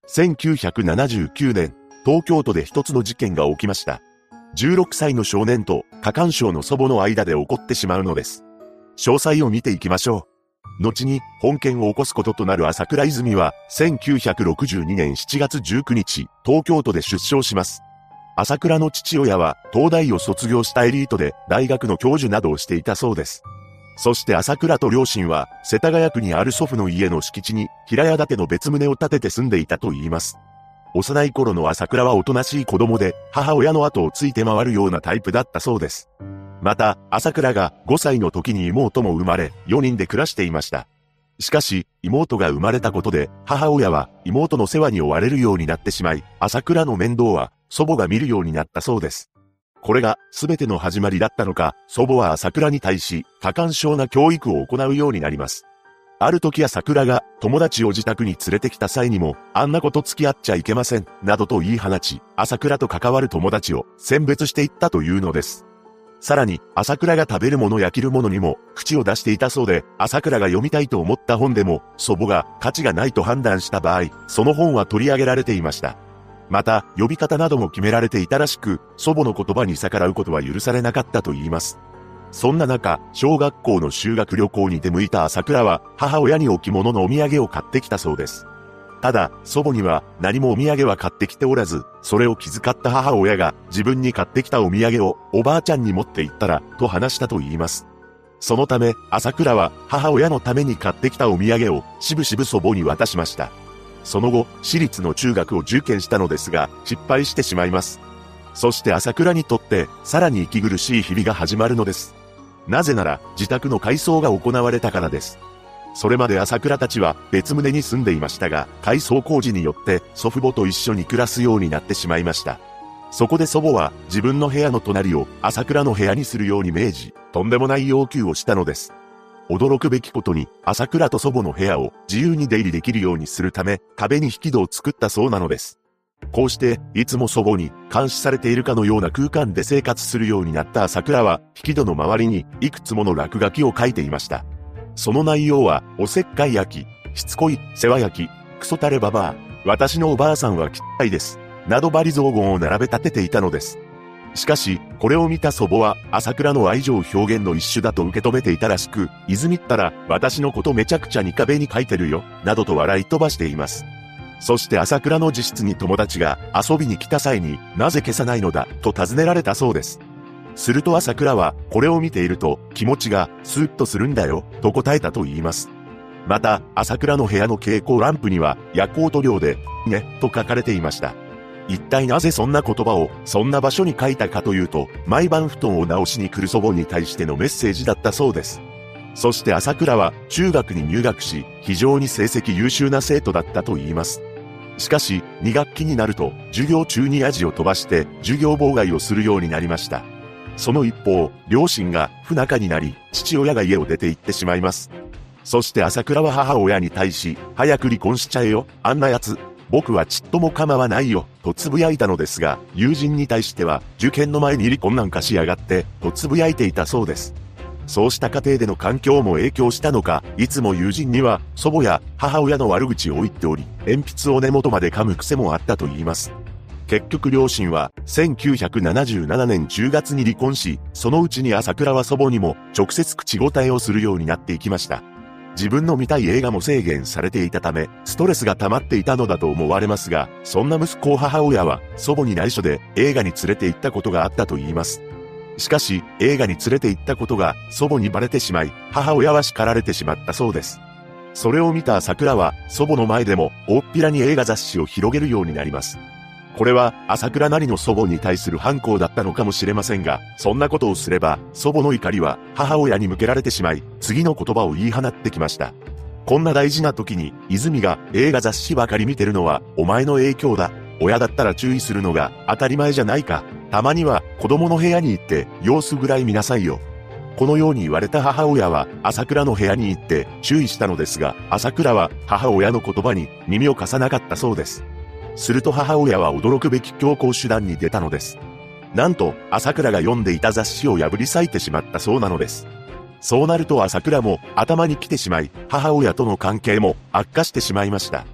1979年、東京都で一つの事件が起きました。16歳の少年と過干渉の祖母の間で起こってしまうのです。詳細を見ていきましょう。後に本件を起こすこととなる朝倉泉は、1962年7月19日、東京都で出生します。朝倉の父親は、東大を卒業したエリートで、大学の教授などをしていたそうです。そして朝倉と両親は、世田谷区にある祖父の家の敷地に、平屋建ての別棟を建てて住んでいたといいます。幼い頃の朝倉はおとなしい子供で、母親の後をついて回るようなタイプだったそうです。また、朝倉が5歳の時に妹も生まれ、4人で暮らしていました。しかし、妹が生まれたことで、母親は妹の世話に追われるようになってしまい、朝倉の面倒は祖母が見るようになったそうです。これが全ての始まりだったのか、祖母は朝倉に対し、過干渉な教育を行うようになります。ある時朝倉が友達を自宅に連れてきた際にも、あんなこと付き合っちゃいけません、などと言い放ち、朝倉と関わる友達を選別していったというのです。さらに、朝倉が食べるものや着るものにも口を出していたそうで、朝倉が読みたいと思った本でも、祖母が価値がないと判断した場合、その本は取り上げられていました。また、呼び方なども決められていたらしく、祖母の言葉に逆らうことは許されなかったと言います。そんな中、小学校の修学旅行に出向いた朝倉は、母親に置物のお土産を買ってきたそうです。ただ、祖母には何もお土産は買ってきておらず、それを気遣った母親が自分に買ってきたお土産をおばあちゃんに持って行ったら、と話したと言います。そのため、朝倉は母親のために買ってきたお土産をしぶしぶ祖母に渡しました。その後、私立の中学を受験したのですが、失敗してしまいます。そして朝倉にとって、さらに息苦しい日々が始まるのです。なぜなら、自宅の改装が行われたからです。それまで朝倉たちは別棟に住んでいましたが、改装工事によって祖父母と一緒に暮らすようになってしまいました。そこで祖母は自分の部屋の隣を朝倉の部屋にするように命じ、とんでもない要求をしたのです。驚くべきことに、朝倉と祖母の部屋を自由に出入りできるようにするため、壁に引き戸を作ったそうなのです。こうして、いつも祖母に監視されているかのような空間で生活するようになった朝倉は、引き戸の周りにいくつもの落書きを書いていました。その内容は、おせっかい焼き、しつこい、世話焼き、クソタレババア、私のおばあさんはきったいです、など罵詈雑言を並べ立てていたのです。しかし、これを見た祖母は、朝倉の愛情表現の一種だと受け止めていたらしく、泉ったら、私のことめちゃくちゃに壁に書いてるよ、などと笑い飛ばしています。そして朝倉の自室に友達が遊びに来た際に、なぜ消さないのだ、と尋ねられたそうです。すると朝倉は、これを見ていると、気持ちがスーッとするんだよ、と答えたと言います。また、朝倉の部屋の蛍光ランプには、ヤコウト寮で、ね、と書かれていました。一体なぜそんな言葉を、そんな場所に書いたかというと、毎晩布団を直しに来る祖母に対してのメッセージだったそうです。そして朝倉は、中学に入学し、非常に成績優秀な生徒だったと言います。しかし、2学期になると、授業中にヤジを飛ばして、授業妨害をするようになりました。その一方、両親が不仲になり、父親が家を出て行ってしまいます。そして朝倉は母親に対し、早く離婚しちゃえよ、あんなやつ。僕はちっとも構わないよ、とつぶやいたのですが、友人に対しては、受験の前に離婚なんかしやがって、とつぶやいていたそうです。そうした家庭での環境も影響したのか、いつも友人には、祖母や母親の悪口を言っており、鉛筆を根元まで噛む癖もあったと言います。結局両親は、1977年10月に離婚し、そのうちに朝倉は祖母にも、直接口答えをするようになっていきました。自分の見たい映画も制限されていたため、ストレスが溜まっていたのだと思われますが、そんな息子を母親は、祖母に内緒で映画に連れて行ったことがあったと言います。しかし、映画に連れて行ったことが祖母にバレてしまい、母親は叱られてしまったそうです。それを見た朝倉は、祖母の前でも、大っぴらに映画雑誌を広げるようになります。これは、朝倉なりの祖母に対する反抗だったのかもしれませんが、そんなことをすれば、祖母の怒りは母親に向けられてしまい、次の言葉を言い放ってきました。こんな大事な時に、泉が映画雑誌ばかり見てるのは、お前の影響だ。親だったら注意するのが当たり前じゃないか。たまには子供の部屋に行って様子ぐらい見なさいよ。このように言われた母親は朝倉の部屋に行って注意したのですが、朝倉は母親の言葉に耳を貸さなかったそうです。すると母親は驚くべき強硬手段に出たのです。なんと朝倉が読んでいた雑誌を破り裂いてしまったそうなのです。そうなると朝倉も頭に来てしまい、母親との関係も悪化してしまいました。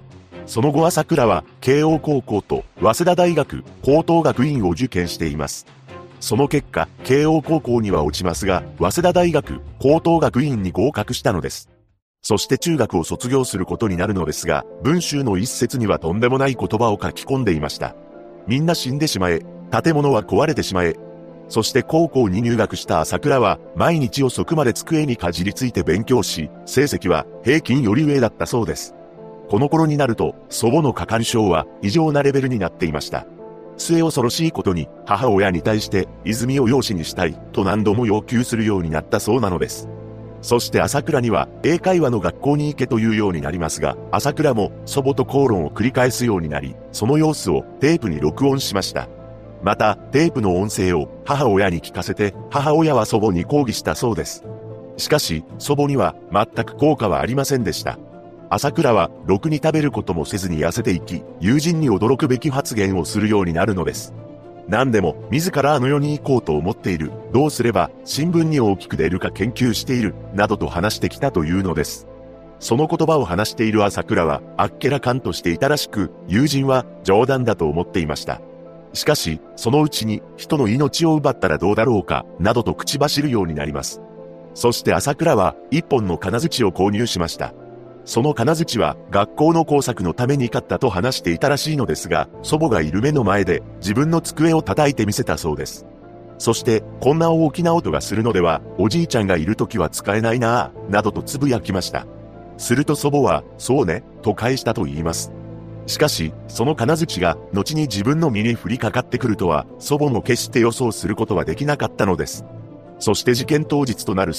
その後朝倉は慶応高校と早稲田大学高等学院を受験しています。その結果、慶応高校には落ちますが、早稲田大学高等学院に合格したのです。そして中学を卒業することになるのですが、文集の一節にはとんでもない言葉を書き込んでいました。みんな死んでしまえ、建物は壊れてしまえ。そして高校に入学した朝倉は、毎日遅くまで机にかじりついて勉強し、成績は平均より上だったそうです。この頃になると、祖母の過干渉は異常なレベルになっていました。末恐ろしいことに、母親に対して、泉を養子にしたい、と何度も要求するようになったそうなのです。そして朝倉には、英会話の学校に行けというようになりますが、朝倉も祖母と口論を繰り返すようになり、その様子をテープに録音しました。また、テープの音声を母親に聞かせて、母親は祖母に抗議したそうです。しかし、祖母には全く効果はありませんでした。朝倉は、ろくに食べることもせずに痩せていき、友人に驚くべき発言をするようになるのです。何でも、自らあの世に行こうと思っている。どうすれば、新聞に大きく出るか研究している。などと話してきたというのです。その言葉を話している朝倉は、あっけらかんとしていたらしく、友人は冗談だと思っていました。しかし、そのうちに、人の命を奪ったらどうだろうか、などと口走るようになります。そして朝倉は、一本の金槌を購入しました。その金槌は学校の工作のために買ったと話していたらしいのですが、祖母がいる目の前で自分の机を叩いてみせたそうです。そして、こんな大きな音がするのでは、おじいちゃんがいるときは使えないなぁ、などとつぶやきました。すると祖母は、そうね、と返したと言います。しかし、その金槌が後に自分の身に降りかかってくるとは、祖母も決して予想することはできなかったのです。そして事件当日となる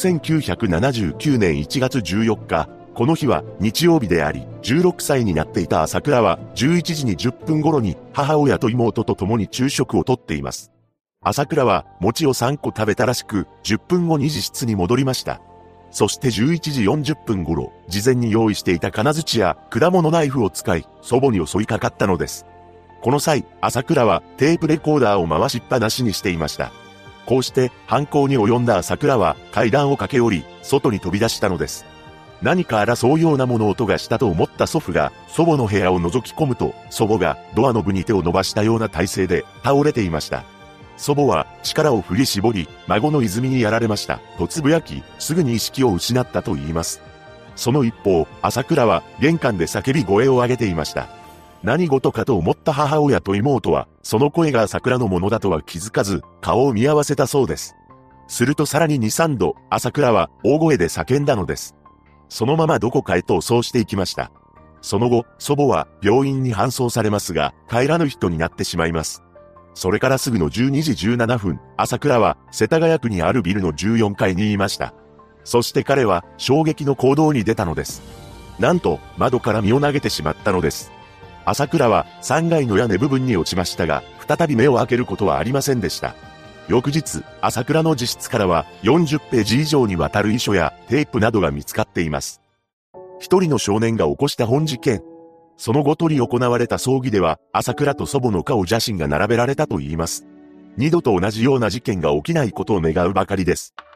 1979年1月14日、この日は日曜日であり、16歳になっていた朝倉は11時に10分頃に母親と妹と共に昼食をとっています。朝倉は餅を3個食べたらしく、10分後に自室に戻りました。そして11時40分頃、事前に用意していた金槌や果物ナイフを使い、祖母に襲いかかったのです。この際、朝倉はテープレコーダーを回しっぱなしにしていました。こうして犯行に及んだ朝倉は階段を駆け下り、外に飛び出したのです。何か争うような物音がしたと思った祖父が祖母の部屋を覗き込むと、祖母がドアノブに手を伸ばしたような体勢で倒れていました。祖母は力を振り絞り、孫の泉にやられました、とつぶやき、すぐに意識を失ったと言います。その一方、朝倉は玄関で叫び声を上げていました。何事かと思った母親と妹は、その声が朝倉のものだとは気づかず、顔を見合わせたそうです。するとさらに2、3度、朝倉は大声で叫んだのです。そのままどこかへと逃走していきました。その後、祖母は病院に搬送されますが、帰らぬ人になってしまいます。それからすぐの12時17分、朝倉は世田谷区にあるビルの14階にいました。そして彼は衝撃の行動に出たのです。なんと、窓から身を投げてしまったのです。朝倉は3階の屋根部分に落ちましたが、再び目を開けることはありませんでした。翌日、朝倉の自室からは40ページ以上にわたる遺書やテープなどが見つかっています。一人の少年が起こした本事件。その後取り行われた葬儀では、朝倉と祖母の顔写真が並べられたといいます。二度と同じような事件が起きないことを願うばかりです。